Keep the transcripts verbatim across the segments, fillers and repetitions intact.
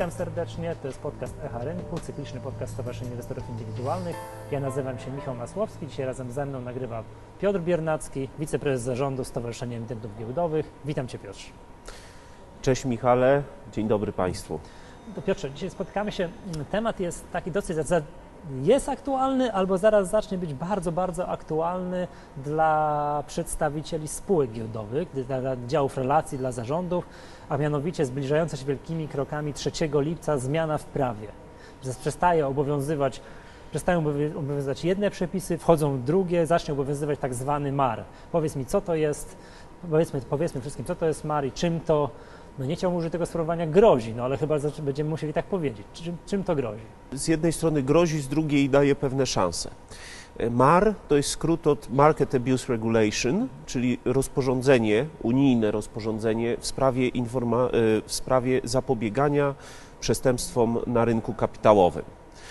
Witam serdecznie, to jest podcast Echa Rynku, cykliczny podcast Stowarzyszenia Inwestorów Indywidualnych. Ja nazywam się Michał Masłowski, dzisiaj razem ze mną nagrywa Piotr Biernacki, wiceprezes zarządu Stowarzyszenia Emitentów Giełdowych. Witam Cię, Piotrze. Cześć Michale, dzień dobry Państwu. To Piotrze, dzisiaj spotykamy się, temat jest taki dosyć, jest aktualny albo zaraz zacznie być bardzo, bardzo aktualny dla przedstawicieli spółek giełdowych, dla działów relacji, dla zarządów, a mianowicie zbliżająca się wielkimi krokami trzeciego lipca zmiana w prawie. Przestaje obowiązywać, przestają obowiązywać jedne przepisy, wchodzą drugie, zacznie obowiązywać tak zwany M A R. Powiedz mi, co to jest, powiedzmy, powiedzmy wszystkim, co to jest M A R i czym to, no nie chciałbym użyć tego sformułowania grozi, no ale chyba będziemy musieli tak powiedzieć. Czym, czym to grozi? Z jednej strony grozi, z drugiej daje pewne szanse. M A R to jest skrót od Market Abuse Regulation, czyli rozporządzenie, unijne rozporządzenie w sprawie, informa- w sprawie zapobiegania przestępstwom na rynku kapitałowym.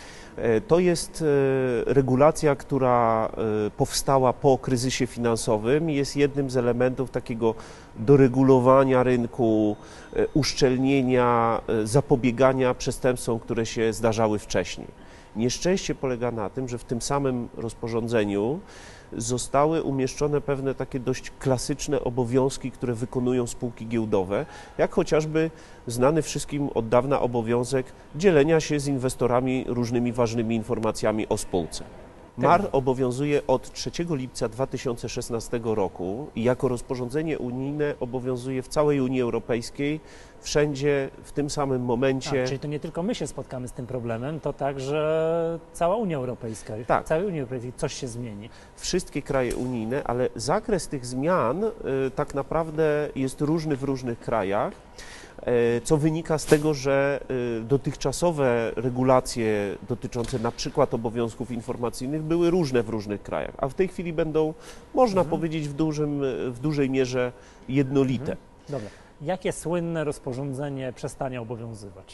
To jest regulacja, która powstała po kryzysie finansowym i jest jednym z elementów takiego doregulowania rynku, uszczelnienia, zapobiegania przestępstwom, które się zdarzały wcześniej. Nieszczęście polega na tym, że w tym samym rozporządzeniu zostały umieszczone pewne takie dość klasyczne obowiązki, które wykonują spółki giełdowe, jak chociażby znany wszystkim od dawna obowiązek dzielenia się z inwestorami różnymi ważnymi informacjami o spółce. M A R obowiązuje od trzeciego lipca dwa tysiące szesnastego roku i jako rozporządzenie unijne obowiązuje w całej Unii Europejskiej, wszędzie w tym samym momencie. A, czyli to nie tylko my się spotkamy z tym problemem, to także cała Unia Europejska, tak. w całej Unii Europejskiej coś się zmieni. Wszystkie kraje unijne, ale zakres tych zmian y, tak naprawdę jest różny w różnych krajach, y, co wynika z tego, że y, dotychczasowe regulacje dotyczące na przykład obowiązków informacyjnych były różne w różnych krajach, a w tej chwili będą, można mhm. powiedzieć, w, dużym, w dużej mierze jednolite. Mhm. Dobra. Jakie słynne rozporządzenie przestanie obowiązywać?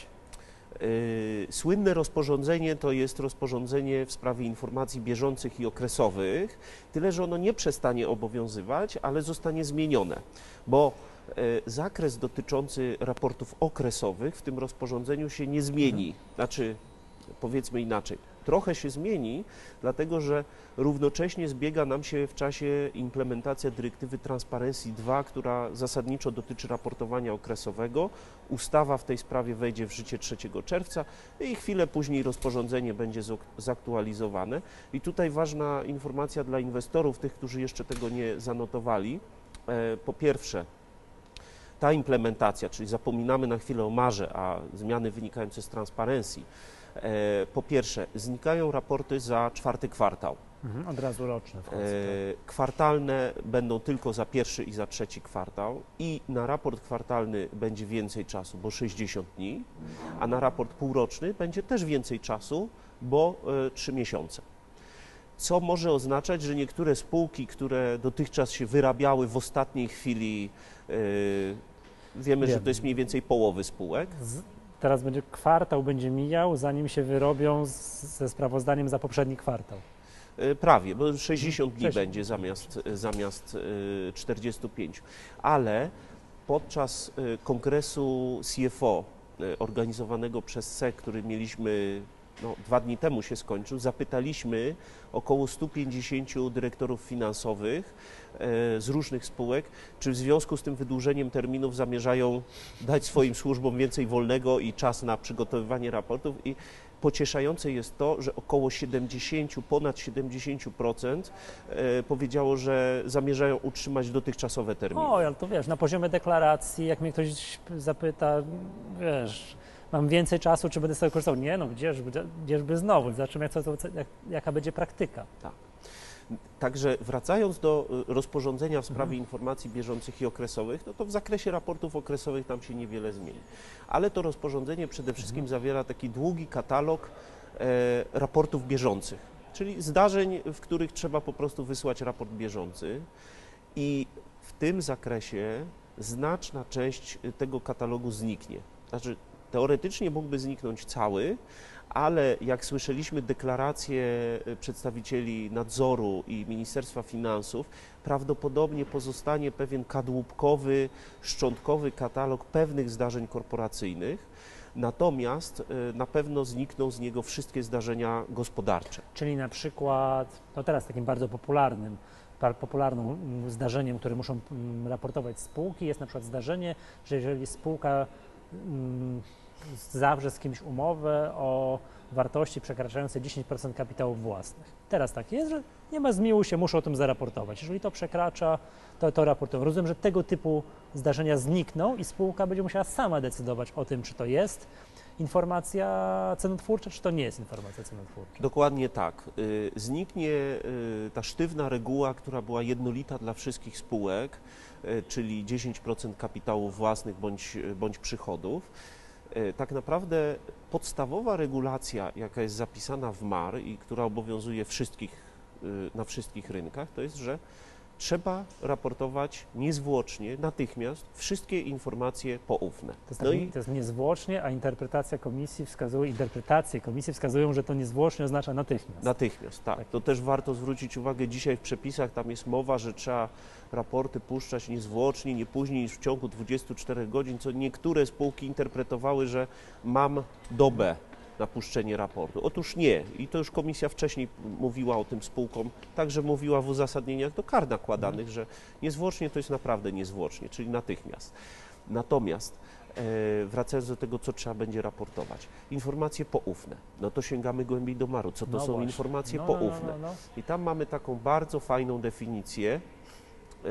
Słynne rozporządzenie to jest rozporządzenie w sprawie informacji bieżących i okresowych, tyle że ono nie przestanie obowiązywać, ale zostanie zmienione, bo zakres dotyczący raportów okresowych w tym rozporządzeniu się nie zmieni, znaczy powiedzmy inaczej, trochę się zmieni, dlatego że równocześnie zbiega nam się w czasie implementacja dyrektywy Transparency dwa, która zasadniczo dotyczy raportowania okresowego. Ustawa w tej sprawie wejdzie w życie trzeciego czerwca i chwilę później rozporządzenie będzie zaktualizowane. I tutaj ważna informacja dla inwestorów, tych, którzy jeszcze tego nie zanotowali. Po pierwsze, ta implementacja, czyli zapominamy na chwilę o M A R-ze, a zmiany wynikające z Transparency. Po pierwsze, znikają raporty za czwarty kwartał. Mhm, od razu roczne wchodzą. Kwartalne będą tylko za pierwszy i za trzeci kwartał i na raport kwartalny będzie więcej czasu, bo sześćdziesiąt dni, a na raport półroczny będzie też więcej czasu, bo trzy miesiące. Co może oznaczać, że niektóre spółki, które dotychczas się wyrabiały w ostatniej chwili, wiemy, Wiem. że to jest mniej więcej połowy spółek. Z... Teraz będzie kwartał, będzie mijał, zanim się wyrobią z, ze sprawozdaniem za poprzedni kwartał. Prawie, bo sześćdziesiąt dni będzie zamiast, zamiast czterdziestu pięciu. Ale podczas kongresu C F O organizowanego przez S E C, który mieliśmy no, dwa dni temu się skończył, zapytaliśmy około stu pięćdziesięciu dyrektorów finansowych z różnych spółek, czy w związku z tym wydłużeniem terminów zamierzają dać swoim służbom więcej wolnego i czas na przygotowywanie raportów. I pocieszające jest to, że około siedemdziesiąt, ponad siedemdziesiąt procent powiedziało, że zamierzają utrzymać dotychczasowe terminy. O, ale to wiesz, na poziomie deklaracji, jak mnie ktoś zapyta, wiesz, mam więcej czasu, czy będę z tego korzystał? Nie, no gdzieżby, gdzieżby znowu, zobaczymy jak, jak, jaka będzie praktyka. Tak. Także wracając do rozporządzenia w sprawie mhm. informacji bieżących i okresowych, no to w zakresie raportów okresowych tam się niewiele zmieni. Ale to rozporządzenie przede wszystkim mhm. zawiera taki długi katalog e, raportów bieżących, czyli zdarzeń, w których trzeba po prostu wysłać raport bieżący i w tym zakresie znaczna część tego katalogu zniknie. Znaczy, teoretycznie mógłby zniknąć cały, ale jak słyszeliśmy deklaracje przedstawicieli nadzoru i Ministerstwa Finansów, prawdopodobnie pozostanie pewien kadłubkowy, szczątkowy katalog pewnych zdarzeń korporacyjnych. Natomiast y, na pewno znikną z niego wszystkie zdarzenia gospodarcze. Czyli na przykład, no teraz takim bardzo popularnym, par- popularnym mm, zdarzeniem, które muszą mm, raportować spółki, jest na przykład zdarzenie, że jeżeli spółka mm, zawrze z kimś umowę o wartości przekraczającej dziesięć procent kapitałów własnych. Teraz tak jest, że nie ma zmiłuj się, muszę o tym zaraportować. Jeżeli to przekracza, to to raportują. Rozumiem, że tego typu zdarzenia znikną i spółka będzie musiała sama decydować o tym, czy to jest informacja cenotwórcza, czy to nie jest informacja cenotwórcza. Dokładnie tak. Y, Zniknie y, ta sztywna reguła, która była jednolita dla wszystkich spółek, y, czyli dziesięć procent kapitałów własnych bądź, bądź przychodów. Y, Tak naprawdę podstawowa regulacja, jaka jest zapisana w M A R i która obowiązuje wszystkich, y, na wszystkich rynkach, to jest, że trzeba raportować niezwłocznie, natychmiast wszystkie informacje poufne. To jest, No tak, i to jest niezwłocznie, a interpretacja komisji wskazuje, interpretacje komisji wskazują, że to niezwłocznie oznacza natychmiast. natychmiast, tak. Tak. To też warto zwrócić uwagę, dzisiaj w przepisach tam jest mowa, że trzeba raporty puszczać niezwłocznie, nie później niż w ciągu dwudziestu czterech godzin, co niektóre spółki interpretowały, że mam dobę na puszczenie raportu. Otóż nie. I to już komisja wcześniej mówiła o tym spółkom, także mówiła w uzasadnieniach do kar nakładanych, że niezwłocznie to jest naprawdę niezwłocznie, czyli natychmiast. Natomiast e, wracając do tego, co trzeba będzie raportować. Informacje poufne. No to sięgamy głębiej do M A R-u. Co to No są właśnie. informacje No, no, no, poufne? no, no. I tam mamy taką bardzo fajną definicję, e,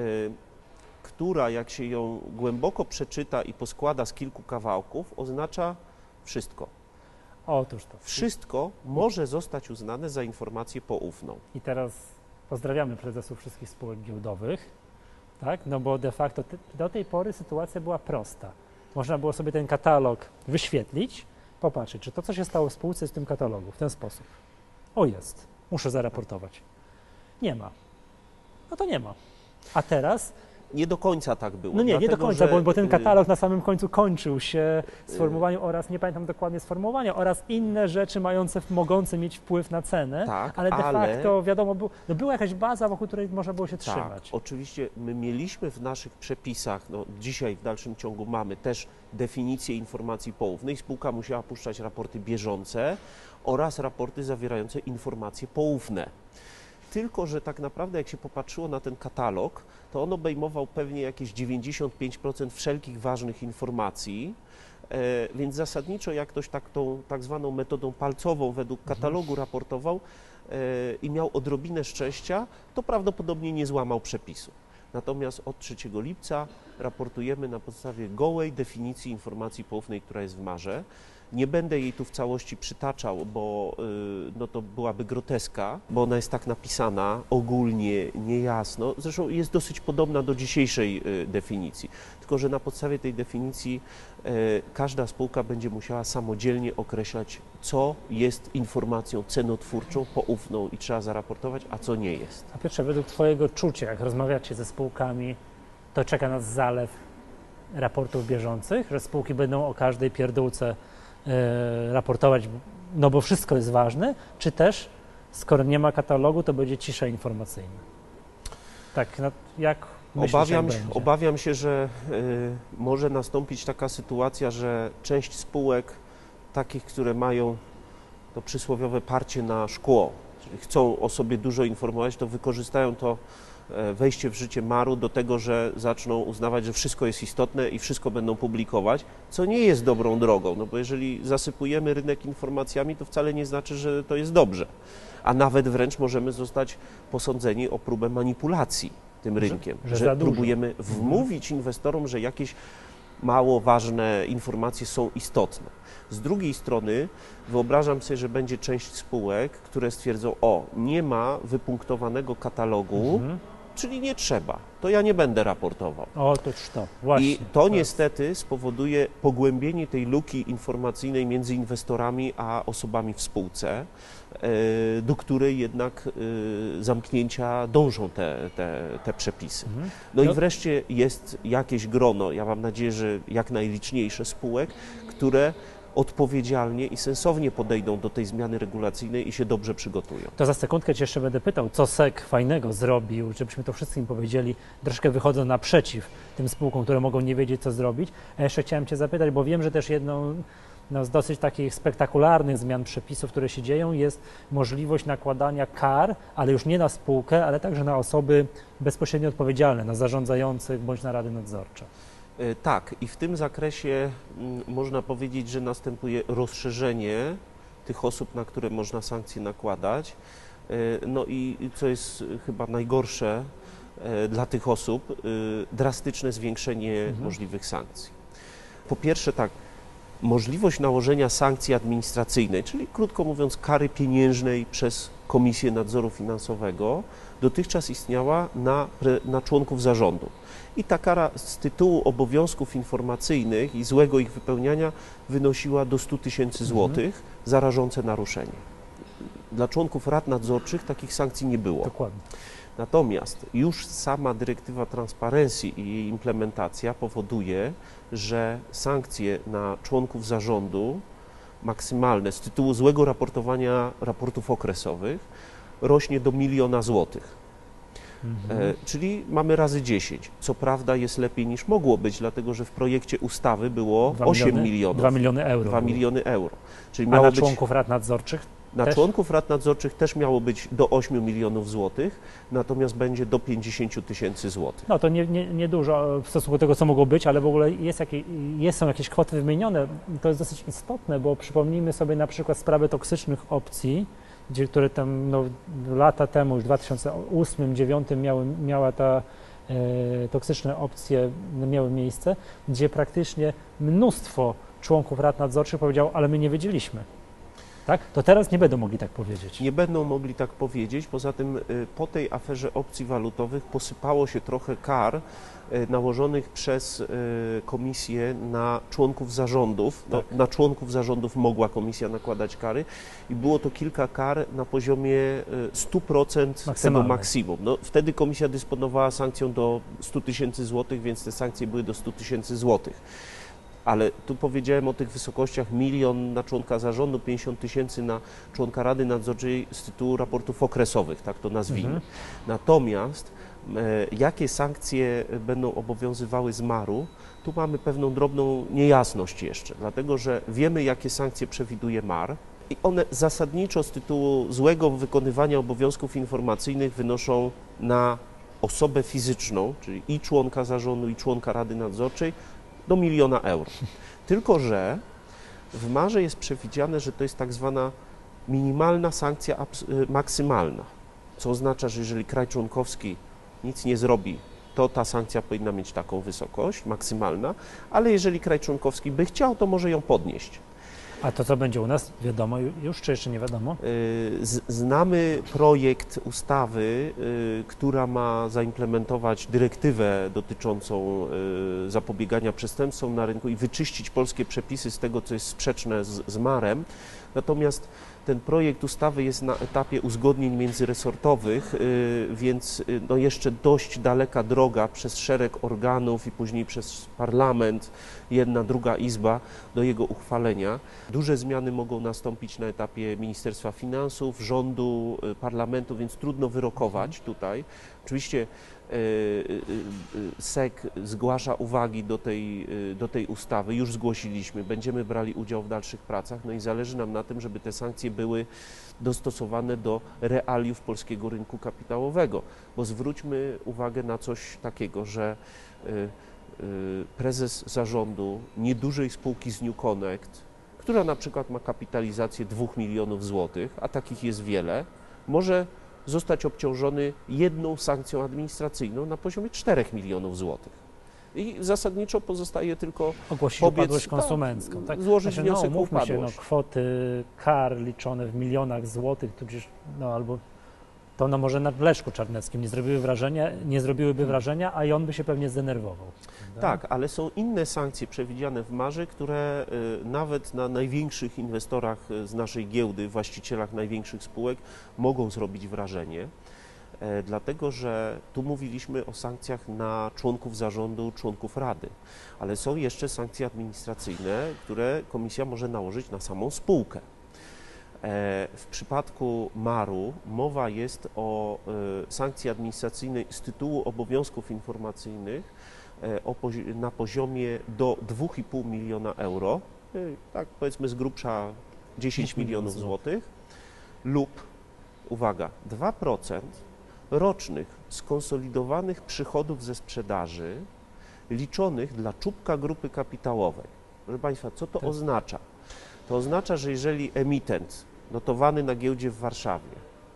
która jak się ją głęboko przeczyta i poskłada z kilku kawałków, oznacza wszystko. Otóż to. Wszystko może zostać uznane za informację poufną. I teraz pozdrawiamy prezesów wszystkich spółek giełdowych, tak? No bo de facto te, do tej pory sytuacja była prosta. Można było sobie ten katalog wyświetlić, popatrzeć, czy to, co się stało w spółce, jest w tym katalogu, w ten sposób. O, jest, muszę zaraportować. Nie ma. No to nie ma. A teraz, Nie do końca tak było. no nie, nie do dlatego, końca, że, bo, bo ten y, katalog na samym końcu kończył się sformułowaniem oraz, nie pamiętam dokładnie sformułowania, oraz inne rzeczy mające, mogące mieć wpływ na cenę, Tak, ale de ale- facto wiadomo, było, no była jakaś baza, wokół której można było się Tak, trzymać. oczywiście my mieliśmy w naszych przepisach, no dzisiaj w dalszym ciągu mamy też definicję informacji poufnej. Spółka musiała puszczać raporty bieżące oraz raporty zawierające informacje poufne. Tylko że tak naprawdę jak się popatrzyło na ten katalog, to on obejmował pewnie jakieś dziewięćdziesiąt pięć procent wszelkich ważnych informacji, e, więc zasadniczo jak ktoś tak tą tak zwaną metodą palcową według katalogu raportował e, i miał odrobinę szczęścia, to prawdopodobnie nie złamał przepisu. Natomiast od trzeciego lipca raportujemy na podstawie gołej definicji informacji poufnej, która jest w M A R-ze. Nie będę jej tu w całości przytaczał, bo y, no to byłaby groteska, bo ona jest tak napisana ogólnie, niejasno. Zresztą jest dosyć podobna do dzisiejszej y, definicji, tylko że na podstawie tej definicji y, każda spółka będzie musiała samodzielnie określać, co jest informacją cenotwórczą, poufną i trzeba zaraportować, a co nie jest. A Piotrze, według Twojego czucia, jak rozmawiacie ze spółkami, to czeka nas zalew raportów bieżących, że spółki będą o każdej pierdółce e, raportować, no bo wszystko jest ważne, czy też, skoro nie ma katalogu, to będzie cisza informacyjna? Tak, no, jak myślisz, Obawiam, jak się- będzie? obawiam się, że y, może nastąpić taka sytuacja, że część spółek, takich, które mają to przysłowiowe parcie na szkło, czyli chcą o sobie dużo informować, to wykorzystają to e, wejście w życie M A R-u do tego, że zaczną uznawać, że wszystko jest istotne i wszystko będą publikować, co nie jest dobrą drogą, no bo jeżeli zasypujemy rynek informacjami, to wcale nie znaczy, że to jest dobrze, a nawet wręcz możemy zostać posądzeni o próbę manipulacji tym rynkiem, że że, za dużo. próbujemy wmówić inwestorom, że jakieś mało ważne informacje są istotne. Z drugiej strony wyobrażam sobie, że będzie część spółek, które stwierdzą, o, nie ma wypunktowanego katalogu, Mhm. czyli nie trzeba, to ja nie będę raportował. Otóż to, właśnie. I to niestety spowoduje pogłębienie tej luki informacyjnej między inwestorami a osobami w spółce, e, do której jednak e, zamknięcia dążą te, te, te przepisy. Mhm. No No- i wreszcie jest jakieś grono, ja mam nadzieję, że jak najliczniejsze spółek, które odpowiedzialnie i sensownie podejdą do tej zmiany regulacyjnej i się dobrze przygotują. To za sekundkę Cię jeszcze będę pytał, co S E C fajnego zrobił, żebyśmy to wszystkim powiedzieli, troszkę wychodzą naprzeciw tym spółkom, które mogą nie wiedzieć, co zrobić. A jeszcze chciałem Cię zapytać, bo wiem, że też jedną no, z dosyć takich spektakularnych zmian przepisów, które się dzieją, jest możliwość nakładania kar, ale już nie na spółkę, ale także na osoby bezpośrednio odpowiedzialne, na zarządzających bądź na rady nadzorcze. Tak, i w tym zakresie m, można powiedzieć, że następuje rozszerzenie tych osób, na które można sankcje nakładać. No i co jest chyba najgorsze dla tych osób, drastyczne zwiększenie mhm. możliwych sankcji. Po pierwsze tak, możliwość nałożenia sankcji administracyjnej, czyli krótko mówiąc kary pieniężnej przez Komisję Nadzoru Finansowego, dotychczas istniała na, na członków zarządu. I ta kara z tytułu obowiązków informacyjnych i złego ich wypełniania wynosiła do stu tysięcy złotych za rażące naruszenie. Dla członków rad nadzorczych takich sankcji nie było. Dokładnie. Natomiast już sama dyrektywa transparencji i jej implementacja powoduje, że sankcje na członków zarządu maksymalne z tytułu złego raportowania raportów okresowych rośnie do miliona złotych. Mhm. E, czyli mamy razy dziesięć. Co prawda jest lepiej niż mogło być, dlatego że w projekcie ustawy było osiem milionów. dwa miliony euro. dwa miliony euro. Czyli A miało na być, członków rad nadzorczych? Na też? członków rad nadzorczych też miało być do ośmiu milionów złotych, natomiast będzie do pięćdziesięciu tysięcy złotych. No to nie, nie, nie dużo w stosunku do tego, co mogło być, ale w ogóle jest jakieś, jest, są jakieś kwoty wymienione. To jest dosyć istotne, bo przypomnijmy sobie na przykład sprawę toksycznych opcji, gdzie, które tam no, lata temu, już w dwa tysiące ósmym, dwa tysiące dziewiątym miały, miała ta e, toksyczne opcje miały miejsce, gdzie praktycznie mnóstwo członków rad nadzorczych powiedziało, ale my nie wiedzieliśmy. Tak? To teraz nie będą mogli tak powiedzieć. Nie będą mogli tak powiedzieć, poza tym po tej aferze opcji walutowych posypało się trochę kar nałożonych przez komisję na członków zarządów. No, tak. Na członków zarządów mogła komisja nakładać kary i było to kilka kar na poziomie stu procent tego maksimum. No, wtedy komisja dysponowała sankcją do stu tysięcy złotych, więc te sankcje były do stu tysięcy złotych. Ale tu powiedziałem o tych wysokościach milion na członka zarządu, pięćdziesiąt tysięcy na członka Rady Nadzorczej z tytułu raportów okresowych, tak to nazwijmy. Mhm. Natomiast e, jakie sankcje będą obowiązywały z maru, tu mamy pewną drobną niejasność jeszcze, dlatego że wiemy, jakie sankcje przewiduje mar i one zasadniczo z tytułu złego wykonywania obowiązków informacyjnych wynoszą na osobę fizyczną, czyli i członka zarządu, i członka Rady Nadzorczej, do miliona euro. Tylko że w marze jest przewidziane, że to jest tak zwana minimalna sankcja maksymalna, co oznacza, że jeżeli kraj członkowski nic nie zrobi, to ta sankcja powinna mieć taką wysokość maksymalna, ale jeżeli kraj członkowski by chciał, to może ją podnieść. A to co będzie u nas? Wiadomo już, czy jeszcze nie wiadomo? Znamy projekt ustawy, która ma zaimplementować dyrektywę dotyczącą zapobiegania przestępstwom na rynku i wyczyścić polskie przepisy z tego, co jest sprzeczne z, z marem. Natomiast ten projekt ustawy jest na etapie uzgodnień międzyresortowych, więc no jeszcze dość daleka droga przez szereg organów i później przez parlament, jedna, druga izba do jego uchwalenia. Duże zmiany mogą nastąpić na etapie Ministerstwa Finansów, rządu, parlamentu, więc trudno wyrokować tutaj. Oczywiście S E C zgłasza uwagi do tej, do tej ustawy, już zgłosiliśmy, będziemy brali udział w dalszych pracach, no i zależy nam na tym, żeby te sankcje były dostosowane do realiów polskiego rynku kapitałowego, bo zwróćmy uwagę na coś takiego, że prezes zarządu niedużej spółki z New Connect, która na przykład ma kapitalizację dwóch milionów złotych, a takich jest wiele, może zostać obciążony jedną sankcją administracyjną na poziomie czterech milionów złotych. I zasadniczo pozostaje tylko ogłosić pobiec, upadłość konsumencką. Tak? Złożyć znaczy, wniosek no, o upadłość. Się, no, kwoty kar liczone w milionach złotych, tudzież, no albo to no może na Leszku Czarneckim nie zrobiły wrażenia, nie zrobiłyby wrażenia, a i on by się pewnie zdenerwował. Prawda? Tak, ale są inne sankcje przewidziane w marze, które y, nawet na największych inwestorach z naszej giełdy, właścicielach największych spółek mogą zrobić wrażenie, e, dlatego że tu mówiliśmy o sankcjach na członków zarządu, członków rady, ale są jeszcze sankcje administracyjne, które komisja może nałożyć na samą spółkę. W przypadku maru mowa jest o sankcji administracyjnej z tytułu obowiązków informacyjnych na poziomie do dwóch i pół miliona euro tak powiedzmy z grubsza dziesięć milionów złotych, lub, uwaga, dwa procent rocznych skonsolidowanych przychodów ze sprzedaży liczonych dla czubka grupy kapitałowej. Proszę Państwa, co to tak. oznacza? To oznacza, że jeżeli emitent notowany na giełdzie w Warszawie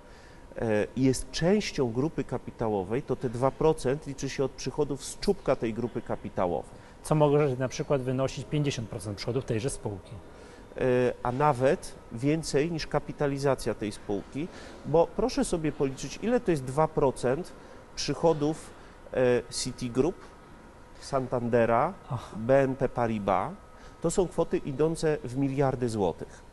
jest częścią grupy kapitałowej, to te dwa procent liczy się od przychodów z czubka tej grupy kapitałowej. Co może na przykład wynosić pięćdziesiąt procent przychodów tejże spółki. A nawet więcej niż kapitalizacja tej spółki, bo proszę sobie policzyć, ile to jest dwa procent przychodów Citigroup, Santandera, Ach. B N P Paribas. To są kwoty idące w miliardy złotych.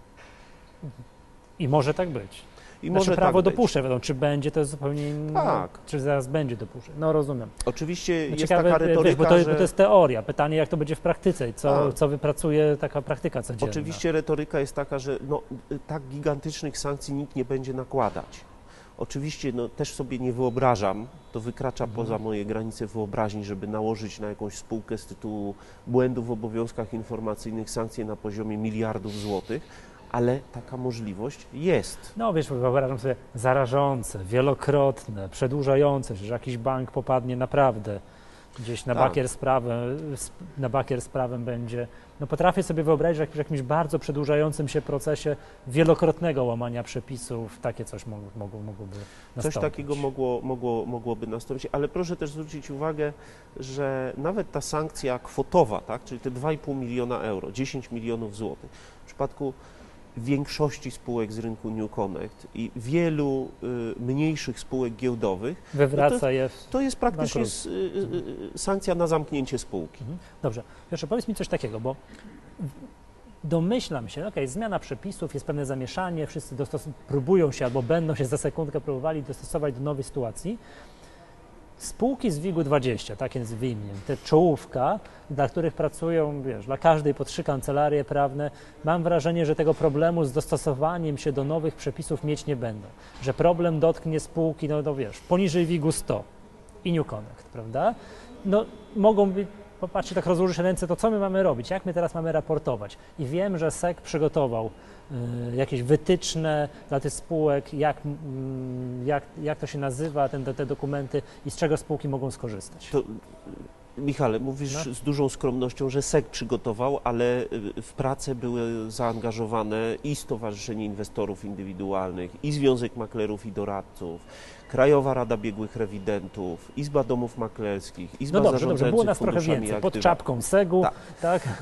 I może tak być. I Znaczy, może prawo tak dopuszcza, wiadomo, czy będzie, to jest zupełnie inne, Tak. czy zaraz będzie dopuszcza. No rozumiem. Oczywiście No, jest ciekawe, taka wiesz, retoryka, bo, to, że... bo to jest teoria. Pytanie, jak to będzie w praktyce i co, Tak. co wypracuje taka praktyka codzienna. Oczywiście retoryka jest taka, że no, tak gigantycznych sankcji nikt nie będzie nakładać. Oczywiście no, też sobie nie wyobrażam, to wykracza Mhm. poza moje granice wyobraźni, żeby nałożyć na jakąś spółkę z tytułu błędów w obowiązkach informacyjnych sankcje na poziomie miliardów złotych, ale taka możliwość jest. No wiesz, wyobrażam sobie zarażące, wielokrotne, przedłużające się, że jakiś bank popadnie naprawdę gdzieś na Tak. bakier z prawem, na bakier z prawem będzie. No potrafię sobie wyobrazić, że w jakimś bardzo przedłużającym się procesie wielokrotnego łamania przepisów takie coś mogło, mogło, mogłoby nastąpić. Coś takiego mogło, mogło, mogłoby nastąpić, ale proszę też zwrócić uwagę, że nawet ta sankcja kwotowa, tak, czyli te dwa i pół miliona euro, dziesięć milionów złotych, w przypadku większości spółek z rynku New Connect i wielu y, mniejszych spółek giełdowych, Wywraca no to, je w... to jest praktycznie bankructwo. s, y, y, sankcja na zamknięcie spółki. Mhm. Dobrze, Piotrze, powiedz mi coś takiego, bo domyślam się, okej, zmiana przepisów, jest pewne zamieszanie, wszyscy dostos- próbują się albo będą się za sekundkę próbowali dostosować do nowej sytuacji. Spółki z WIG-u dwadzieścia, tak nazwijmy, te czołówka, dla których pracują, wiesz, dla każdej po trzy kancelarie prawne, mam wrażenie, że tego problemu z dostosowaniem się do nowych przepisów mieć nie będą. Że problem dotknie spółki, no, no wiesz, poniżej WIG-u sto i New Connect, prawda? No mogą być, popatrzcie, tak rozłożysz ręce, to co my mamy robić? Jak my teraz mamy raportować? I wiem, że S E C przygotował y, jakieś wytyczne dla tych spółek, jak, y, jak, jak to się nazywa, ten, te, te dokumenty i z czego spółki mogą skorzystać. To, Michale, mówisz No. z dużą skromnością, że S E C przygotował, ale w pracę były zaangażowane i Stowarzyszenie Inwestorów Indywidualnych, i Związek Maklerów i Doradców, Krajowa Rada Biegłych Rewidentów, Izba Domów Maklerskich, Izba No dobrze, dobrze, Zarządzających było nas trochę Funduszami więcej, pod Aktywa. czapką S E G-u, Tak. tak?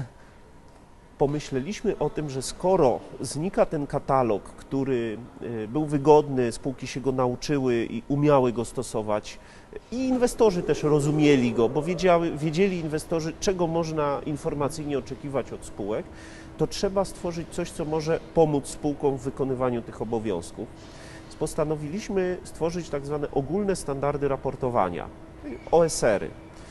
Pomyśleliśmy o tym, że skoro znika ten katalog, który y, był wygodny, spółki się go nauczyły i umiały go stosować, i inwestorzy też rozumieli go, bo wiedziały, wiedzieli inwestorzy, czego można informacyjnie oczekiwać od spółek, to trzeba stworzyć coś, co może pomóc spółkom w wykonywaniu tych obowiązków. Postanowiliśmy stworzyć tak zwane ogólne standardy raportowania, O S R-y.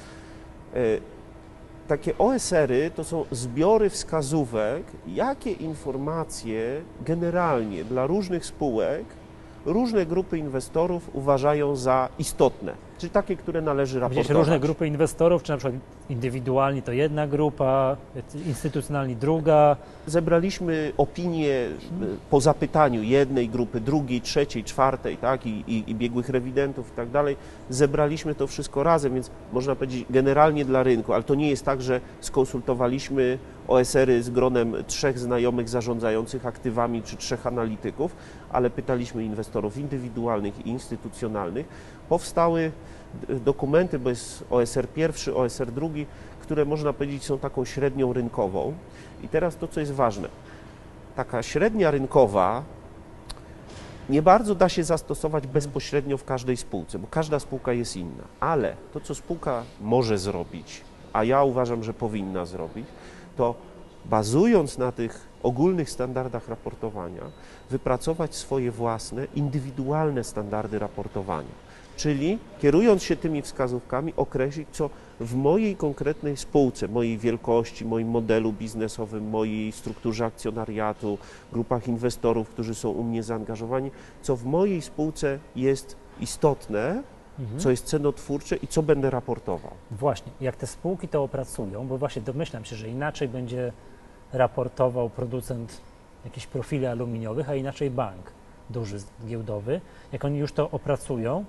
Y, Takie O S R-y to są zbiory wskazówek, jakie informacje generalnie dla różnych spółek różne grupy inwestorów uważają za istotne, czyli takie, które należy Widzieć raportować. różne grupy inwestorów, czy na przykład indywidualni to jedna grupa, instytucjonalni druga. Zebraliśmy opinie po zapytaniu jednej grupy, drugiej, trzeciej, czwartej, tak, i, i, i biegłych rewidentów i tak dalej. Zebraliśmy to wszystko razem, więc można powiedzieć generalnie dla rynku, ale to nie jest tak, że skonsultowaliśmy O S R-y z gronem trzech znajomych zarządzających aktywami czy trzech analityków, ale pytaliśmy inwestorów indywidualnych i instytucjonalnych. Powstały dokumenty, bo jest O S R pierwszy, O S R drugi, które można powiedzieć są taką średnią rynkową. I teraz to, co jest ważne, taka średnia rynkowa nie bardzo da się zastosować bezpośrednio w każdej spółce, bo każda spółka jest inna, ale to, co spółka może zrobić, a ja uważam, że powinna zrobić, to bazując na tych ogólnych standardach raportowania, wypracować swoje własne, indywidualne standardy raportowania. Czyli kierując się tymi wskazówkami, określić, co w mojej konkretnej spółce, mojej wielkości, moim modelu biznesowym, mojej strukturze akcjonariatu, grupach inwestorów, którzy są u mnie zaangażowani, co w mojej spółce jest istotne, mhm. co jest cenotwórcze i co będę raportował. Właśnie, jak te spółki to opracują, bo właśnie domyślam się, że inaczej będzie raportował producent jakichś profili aluminiowych, a inaczej bank duży, giełdowy. Jak oni już to opracują,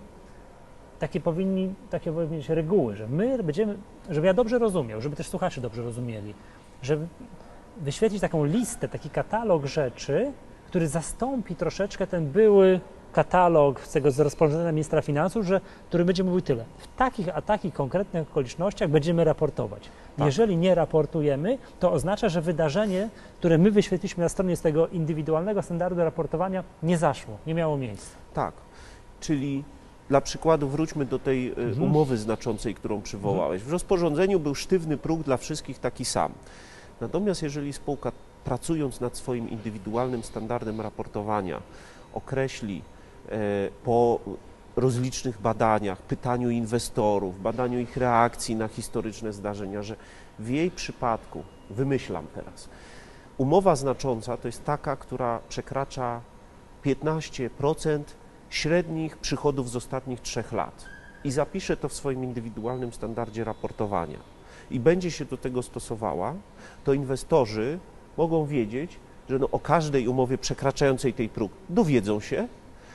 takie powinni, takie powinny być reguły, że my będziemy, żeby ja dobrze rozumiał, żeby też słuchacze dobrze rozumieli, żeby wyświetlić taką listę, taki katalog rzeczy, który zastąpi troszeczkę ten były katalog z tego z rozporządzenia ministra finansów, że, który będzie mówił tyle. W takich a takich konkretnych okolicznościach będziemy raportować. Tak. Jeżeli nie raportujemy, to oznacza, że wydarzenie, które my wyświetliliśmy na stronie z tego indywidualnego standardu raportowania, nie zaszło, nie miało miejsca. Tak, czyli dla przykładu wróćmy do tej mhm. umowy znaczącej, którą przywołałeś. W rozporządzeniu był sztywny próg dla wszystkich taki sam. Natomiast jeżeli spółka, pracując nad swoim indywidualnym standardem raportowania, określi e, po rozlicznych badaniach, pytaniu inwestorów, badaniu ich reakcji na historyczne zdarzenia, że w jej przypadku, wymyślam teraz, umowa znacząca to jest taka, która przekracza piętnaście procent średnich przychodów z ostatnich trzech lat i zapisze to w swoim indywidualnym standardzie raportowania i będzie się do tego stosowała, to inwestorzy mogą wiedzieć, że no o każdej umowie przekraczającej tej próg dowiedzą się,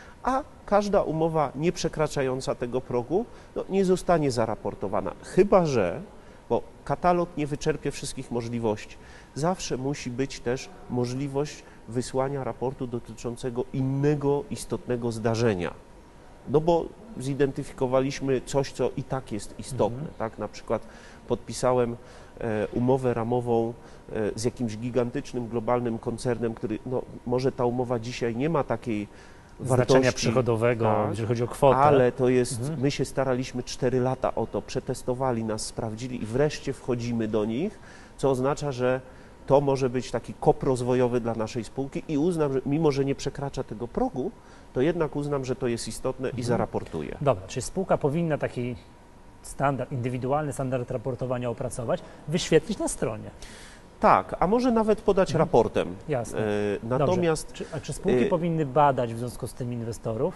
a każda umowa nie przekraczająca tego progu no, nie zostanie zaraportowana. Chyba że, bo katalog nie wyczerpie wszystkich możliwości, zawsze musi być też możliwość wysłania raportu dotyczącego innego istotnego zdarzenia. No bo zidentyfikowaliśmy coś, co i tak jest istotne. Mhm. Tak? Na przykład podpisałem e, umowę ramową e, z jakimś gigantycznym, globalnym koncernem, który, no może ta umowa dzisiaj nie ma takiej znaczenia wartości, przychodowego, tak, jeżeli chodzi o kwotę. Ale to jest, mhm. my się staraliśmy cztery lata o to, przetestowali nas, sprawdzili i wreszcie wchodzimy do nich, co oznacza, że to może być taki kop rozwojowy dla naszej spółki i uznam, że mimo, że nie przekracza tego progu, to jednak uznam, że to jest istotne mhm. i zaraportuję. Dobra, czyli spółka powinna taki standard, indywidualny standard raportowania opracować, wyświetlić na stronie. Tak, a może nawet podać mhm. raportem. Jasne. E, natomiast, czy, a czy spółki e, powinny badać w związku z tym inwestorów?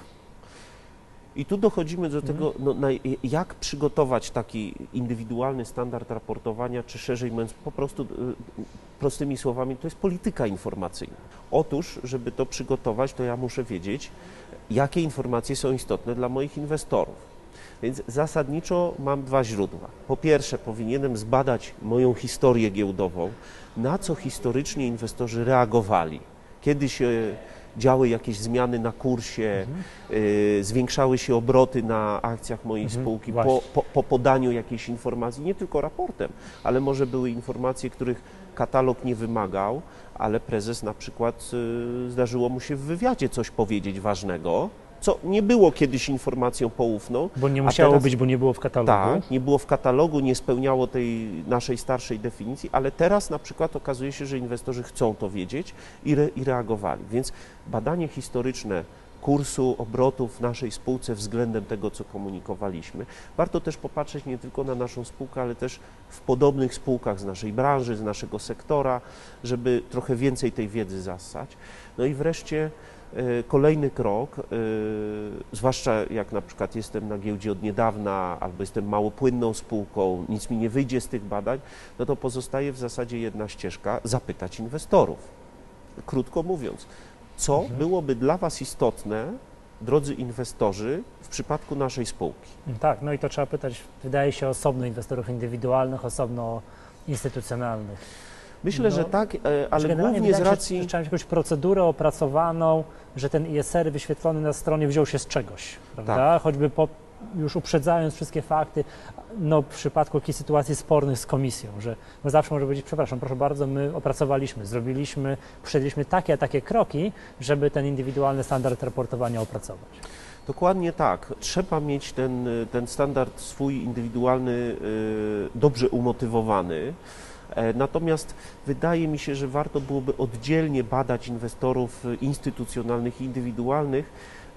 I tu dochodzimy do tego, no, na, jak przygotować taki indywidualny standard raportowania, czy szerzej mówiąc, po prostu y, prostymi słowami, to jest polityka informacyjna. Otóż, żeby to przygotować, to ja muszę wiedzieć, jakie informacje są istotne dla moich inwestorów. Więc zasadniczo mam dwa źródła. Po pierwsze, powinienem zbadać moją historię giełdową, na co historycznie inwestorzy reagowali, kiedy się działy jakieś zmiany na kursie, mhm. y, zwiększały się obroty na akcjach mojej mhm, spółki po, po, po podaniu jakiejś informacji, nie tylko raportem, ale może były informacje, których katalog nie wymagał, ale prezes na przykład y, zdarzyło mu się w wywiadzie coś powiedzieć ważnego, co nie było kiedyś informacją poufną. Bo nie musiało teraz, być, bo nie było w katalogu. Tak, nie było w katalogu, nie spełniało tej naszej starszej definicji, ale teraz na przykład okazuje się, że inwestorzy chcą to wiedzieć i, re, i reagowali. Więc badanie historyczne kursu obrotów w naszej spółce względem tego, co komunikowaliśmy. Warto też popatrzeć nie tylko na naszą spółkę, ale też w podobnych spółkach z naszej branży, z naszego sektora, żeby trochę więcej tej wiedzy zassać. No i wreszcie kolejny krok, zwłaszcza jak na przykład jestem na giełdzie od niedawna albo jestem małopłynną spółką, nic mi nie wyjdzie z tych badań, no to pozostaje w zasadzie jedna ścieżka, zapytać inwestorów. Krótko mówiąc, co mhm. byłoby dla Was istotne, drodzy inwestorzy, w przypadku naszej spółki? Tak, no i to trzeba pytać, wydaje się, osobno inwestorów indywidualnych, osobno instytucjonalnych. Myślę, no, że tak, ale głównie z racji... Że trzeba mieć jakąś procedurę opracowaną, że ten I S R wyświetlony na stronie wziął się z czegoś, prawda? Tak. Choćby po, już uprzedzając wszystkie fakty, no w przypadku jakiejś sytuacji spornych z komisją, że no zawsze może powiedzieć, przepraszam, proszę bardzo, my opracowaliśmy, zrobiliśmy, przyjęliśmy takie a takie kroki, żeby ten indywidualny standard raportowania opracować. Dokładnie tak. Trzeba mieć ten, ten standard swój indywidualny, dobrze umotywowany. Natomiast wydaje mi się, że warto byłoby oddzielnie badać inwestorów instytucjonalnych i indywidualnych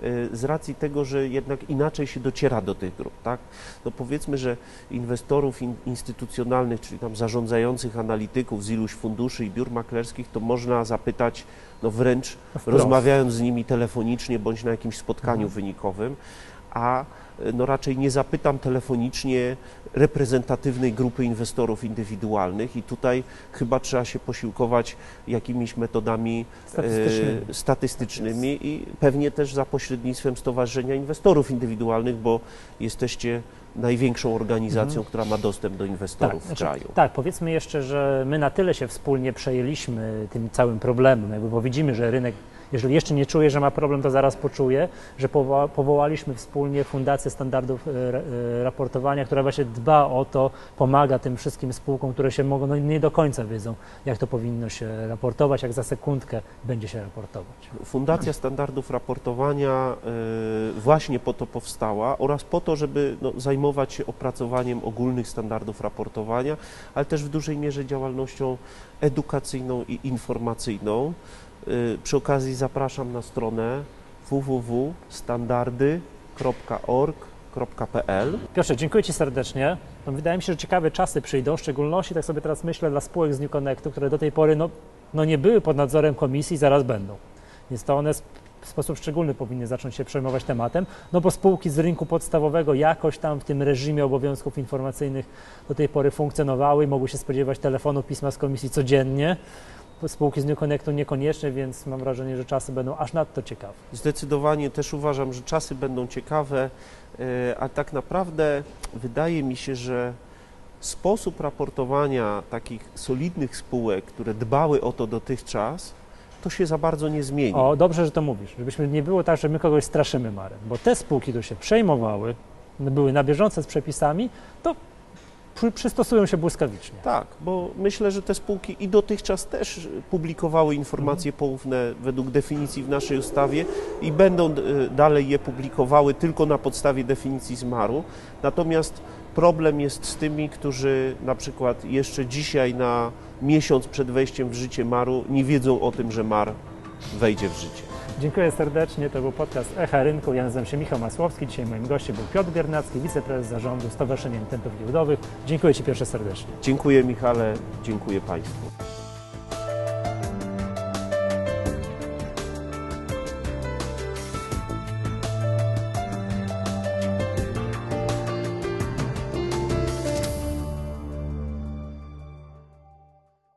z racji tego, że jednak inaczej się dociera do tych grup, tak? No powiedzmy, że inwestorów in, instytucjonalnych, czyli tam zarządzających analityków z iluś funduszy i biur maklerskich, to można zapytać, no wręcz Wprost. rozmawiając z nimi telefonicznie bądź na jakimś spotkaniu mhm. wynikowym, a no raczej nie zapytam telefonicznie reprezentatywnej grupy inwestorów indywidualnych i tutaj chyba trzeba się posiłkować jakimiś metodami statystycznymi, e, statystycznymi i pewnie też za pośrednictwem Stowarzyszenia Inwestorów Indywidualnych, bo jesteście największą organizacją, mhm. która ma dostęp do inwestorów tak, w znaczy, kraju. Tak, powiedzmy jeszcze, że my na tyle się wspólnie przejęliśmy tym całym problemem, jakby, bo widzimy, że rynek, jeżeli jeszcze nie czuje, że ma problem, to zaraz poczuje, że powoła, powołaliśmy wspólnie Fundację Standardów e, Raportowania, która właśnie dba o to, pomaga tym wszystkim spółkom, które się mogą, no nie do końca wiedzą, jak to powinno się raportować, jak za sekundkę będzie się raportować. Fundacja Standardów Raportowania y, właśnie po to powstała oraz po to, żeby no, zajmować się opracowaniem ogólnych standardów raportowania, ale też w dużej mierze działalnością edukacyjną i informacyjną. Y, przy okazji zapraszam na stronę w w w kropka standardy kropka org kropka p l. Piotrze, dziękuję Ci serdecznie. No, wydaje mi się, że ciekawe czasy przyjdą, w szczególności, tak sobie teraz myślę, dla spółek z New Connectu, które do tej pory no, no nie były pod nadzorem komisji, zaraz będą. Więc to one w sposób szczególny powinny zacząć się przejmować tematem, no bo spółki z rynku podstawowego jakoś tam w tym reżimie obowiązków informacyjnych do tej pory funkcjonowały i mogły się spodziewać telefonu, pisma z komisji codziennie. Spółki z New Connectu niekoniecznie, więc mam wrażenie, że czasy będą aż nadto ciekawe. Zdecydowanie też uważam, że czasy będą ciekawe, a tak naprawdę wydaje mi się, że sposób raportowania takich solidnych spółek, które dbały o to dotychczas, to się za bardzo nie zmieni. O, dobrze, że to mówisz, żebyśmy nie było tak, że my kogoś straszymy marem, bo te spółki, które się przejmowały, były na bieżąco z przepisami, to przystosują się błyskawicznie. Tak, bo myślę, że te spółki i dotychczas też publikowały informacje poufne według definicji w naszej ustawie i będą dalej je publikowały tylko na podstawie definicji z maru. Natomiast problem jest z tymi, którzy na przykład jeszcze dzisiaj na miesiąc przed wejściem w życie maru nie wiedzą o tym, że mar wejdzie w życie. Dziękuję serdecznie. To był podcast Echa Rynku. Ja nazywam się Michał Masłowski. Dzisiaj moim gościem był Piotr Biernacki, wiceprezes zarządu Stowarzyszenia Emitentów Giełdowych. Dziękuję Ci, Piotrze, serdecznie. Dziękuję, Michale. Dziękuję Państwu.